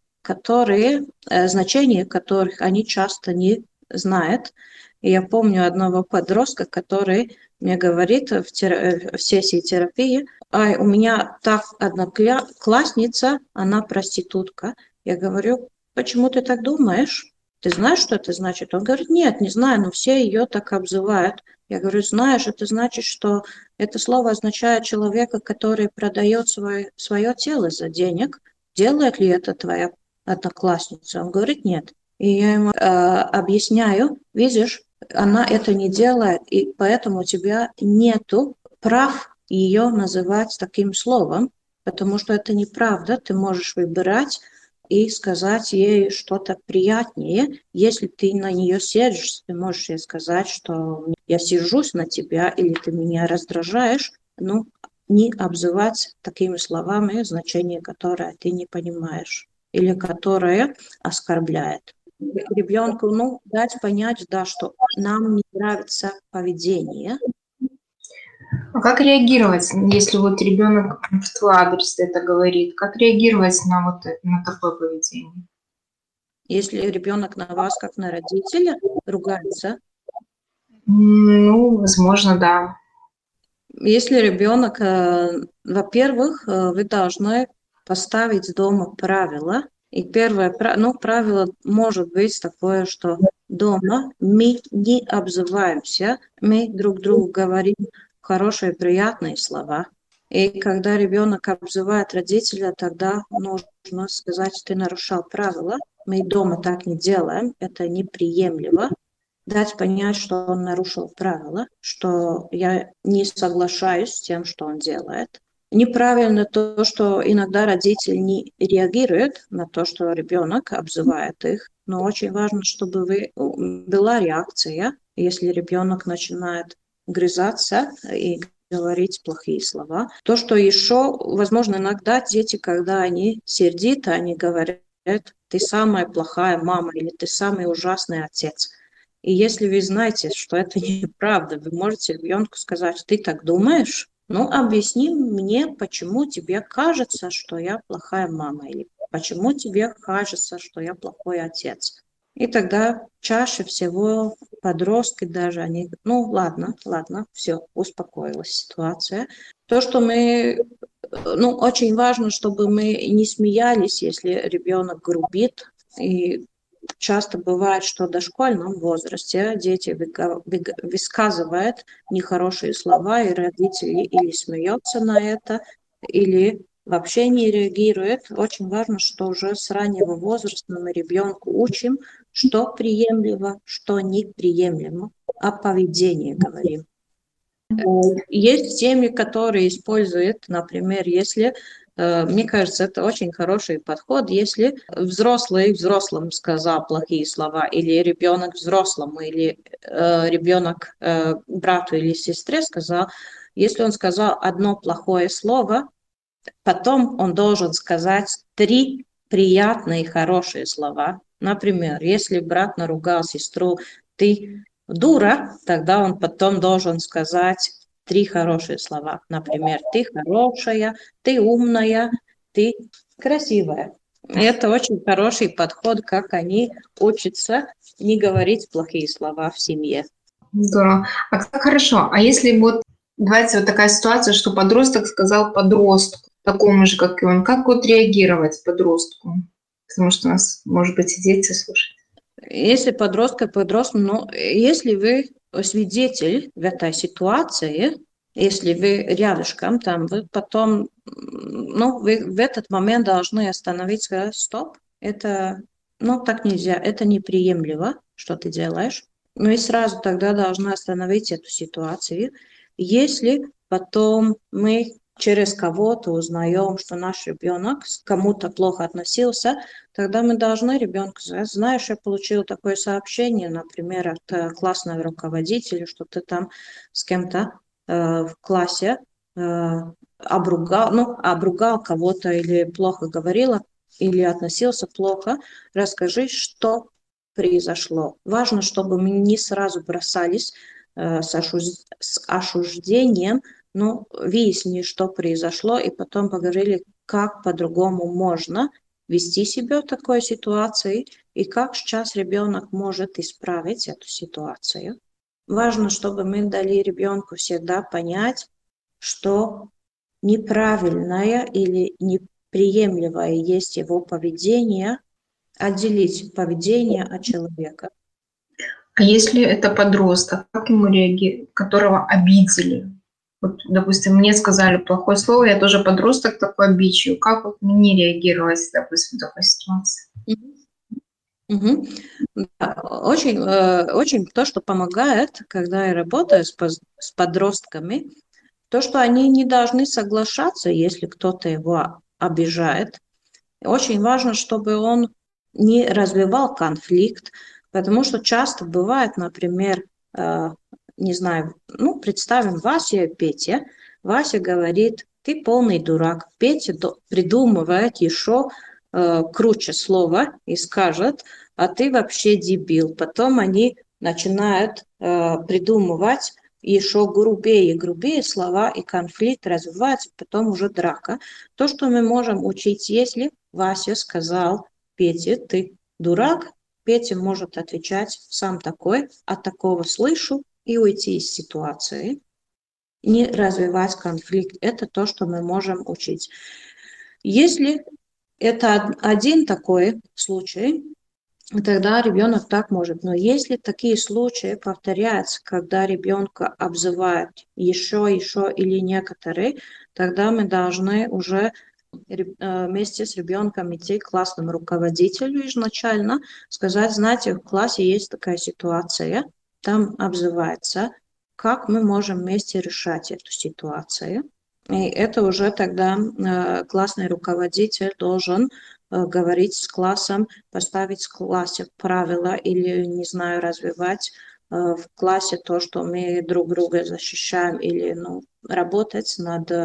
значение которых они часто не знают. И я помню одного подростка, который мне говорит в сессии терапии: «Ай, у меня так одна классница, она проститутка». Я говорю: «Почему ты так думаешь? Ты знаешь, что это значит?» Он говорит: «Нет, не знаю, но все ее так обзывают». Я говорю: «Знаешь, это значит, что это слово означает человека, который продает свое тело за денег. Делает ли это твоя одноклассница?» Он говорит: «Нет». И я ему объясняю: «Видишь, она это не делает, и поэтому у тебя нету прав ее называть таким словом, потому что это неправда. Ты можешь выбирать и сказать ей что-то приятнее. Если ты на нее сердишься, ты можешь ей сказать, что я сержусь на тебя или ты меня раздражаешь, но не обзывать такими словами значение, которое ты не понимаешь или которое оскорбляет». Ребенку, дать понять, да, что нам не нравится поведение. А как реагировать, если вот ребенок в твой адрес это говорит? Как реагировать на такое поведение? Если ребенок на вас, как на родителя, ругается? Ну, возможно, да. Если ребенок, во-первых, вы должны поставить дома правила. И первое правило может быть такое, что дома мы не обзываемся, мы друг другу говорим хорошие, приятные слова. И когда ребенок обзывает родителя, тогда нужно сказать: ты нарушал правила, мы дома так не делаем, это неприемлемо. Дать понять, что он нарушил правила, что я не соглашаюсь с тем, что он делает. Неправильно то, что иногда родители не реагируют на то, что ребенок обзывает их, но очень важно, чтобы была реакция, если ребенок начинает грызаться и говорить плохие слова. То, что еще, возможно, иногда дети, когда они сердиты, они говорят: ты самая плохая мама или ты самый ужасный отец. И если вы знаете, что это неправда, вы можете ребенку сказать: ты так думаешь? Объясни мне, почему тебе кажется, что я плохая мама, или почему тебе кажется, что я плохой отец. И тогда чаще всего подростки даже, они, ладно, все, успокоилась ситуация. То, что очень важно, чтобы мы не смеялись, если ребенок грубит. И часто бывает, что в дошкольном возрасте дети высказывают нехорошие слова, и родители или смеются на это, или вообще не реагируют. Очень важно, что уже с раннего возраста мы ребенку учим, что приемлемо, что неприемлемо, о поведении говорим. Есть семьи, которые используют, например, если, мне кажется, это очень хороший подход, если взрослый взрослому сказал плохие слова, или ребенок взрослому, или ребенок брату или сестре сказал, если он сказал одно плохое слово, потом он должен сказать 3 приятные, хорошие слова. Например, если брат наругал сестру: ты дура, тогда он потом должен сказать 3 хорошие слова. Например: ты хорошая, ты умная, ты красивая. Это очень хороший подход, как они учатся не говорить плохие слова в семье. Здорово. Хорошо. А если давайте такая ситуация, что подросток сказал подростку, такому же, как и он, как реагировать подростку? Потому что у нас, может быть, и дети слушают. Если подросток, если вы свидетель в этой ситуации, если вы рядышком, вы потом, вы в этот момент должны остановиться, сказать: стоп, это, так нельзя, это неприемлемо, что ты делаешь. И сразу тогда должны остановить эту ситуацию. Если потом мы через кого-то узнаем, что наш ребенок к кому-то плохо относился, тогда мы должны ребенку сказать: знаешь, я получил такое сообщение, например, от классного руководителя, что ты там с кем-то в классе обругал кого-то или плохо говорила, или относился плохо. Расскажи, что произошло. Важно, чтобы мы не сразу бросались с осуждением, но выяснили, что произошло, и потом поговорили, как по-другому можно вести себя в такой ситуации, и как сейчас ребенок может исправить эту ситуацию. Важно, чтобы мы дали ребенку всегда понять, что неправильное или неприемлемое есть его поведение, отделить поведение от человека. А если это подросток, как ему реагировать, которого обидели? Вот, допустим, мне сказали плохое слово, я тоже подросток такой обидчивый. Как вот мне реагировать, допустим, в такой ситуации? Да, очень то, что помогает, когда я работаю с подростками, то, что они не должны соглашаться, если кто-то его обижает. Очень важно, чтобы он не развивал конфликт, потому что часто бывает, например, не знаю, представим Вася и Петя. Вася говорит: ты полный дурак. Петя придумывает еще круче слово и скажет: а ты вообще дебил. Потом они начинают придумывать еще грубее и грубее слова, и конфликт развивается, потом уже драка. То, что мы можем учить, если Вася сказал Пете: ты дурак, Петя может отвечать: сам такой, от такого слышу, и уйти из ситуации. Не развивать конфликт. Это то, что мы можем учить. Если это один такой случай, тогда ребенок так может. Но если такие случаи повторяются, когда ребенка обзывают еще или некоторые, тогда мы должны уже вместе с ребенком идти к классному руководителю изначально, сказать: знаете, в классе есть такая ситуация, там обзывается, как мы можем вместе решать эту ситуацию. И это уже тогда классный руководитель должен говорить с классом, поставить в классе правила или, не знаю, развивать в классе то, что мы друг друга защищаем, или работать над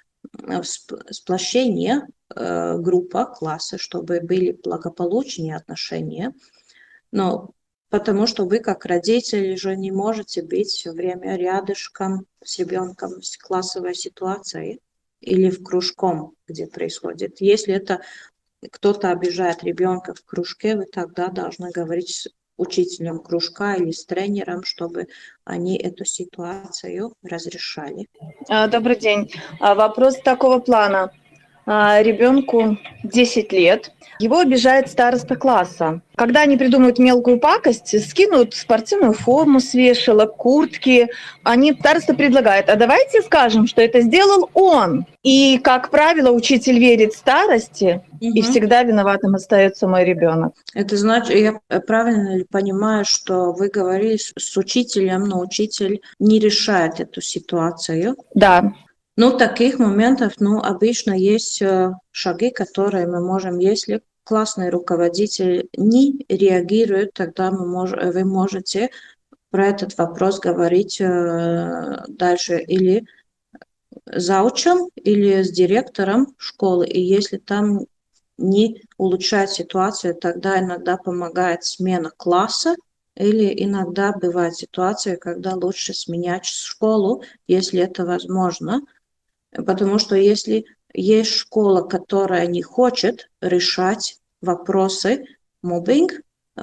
сплощением группы, класса, чтобы были благополучные отношения. Но потому что вы, как родители, же не можете быть все время рядышком с ребенком в классовой ситуации или в кружком, где происходит. Если это кто-то обижает ребенка в кружке, вы тогда должны говорить с учителем кружка или с тренером, чтобы они эту ситуацию разрешали. Добрый день. Вопрос такого плана. Ребенку 10 лет, его обижает староста класса. Когда они придумают мелкую пакость, скинут спортивную форму с вешалок, куртки, староста предлагает: а давайте скажем, что это сделал он. И, как правило, учитель верит старости, и всегда виноватым остается мой ребенок. Это значит, я правильно ли понимаю, что вы говорили с учителем, но учитель не решает эту ситуацию? Да. Таких моментов, обычно есть шаги, которые мы можем, если классный руководитель не реагирует, тогда вы можете про этот вопрос говорить дальше или с заучем, или с директором школы. И если там не улучшает ситуацию, тогда иногда помогает смена класса, или иногда бывает ситуация, когда лучше сменять школу, если это возможно. Потому что если есть школа, которая не хочет решать вопросы моббинга,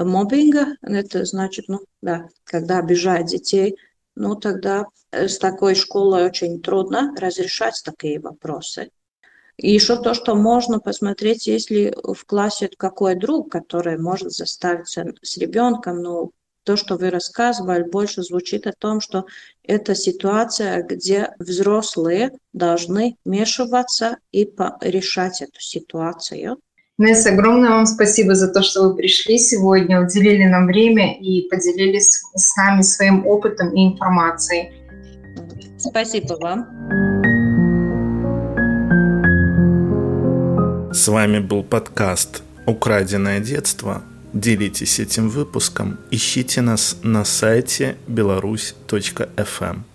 это значит, когда обижают детей, тогда с такой школой очень трудно разрешать такие вопросы. И еще то, что можно посмотреть, если в классе какой друг, который может заставить с ребенком, то, что вы рассказывали, больше звучит о том, что это ситуация, где взрослые должны вмешиваться и решать эту ситуацию. Инесса, огромное вам спасибо за то, что вы пришли сегодня, уделили нам время и поделились с нами своим опытом и информацией. Спасибо вам. С вами был подкаст «Украденное детство». Делитесь этим выпуском, ищите нас на сайте belaruсь.fm.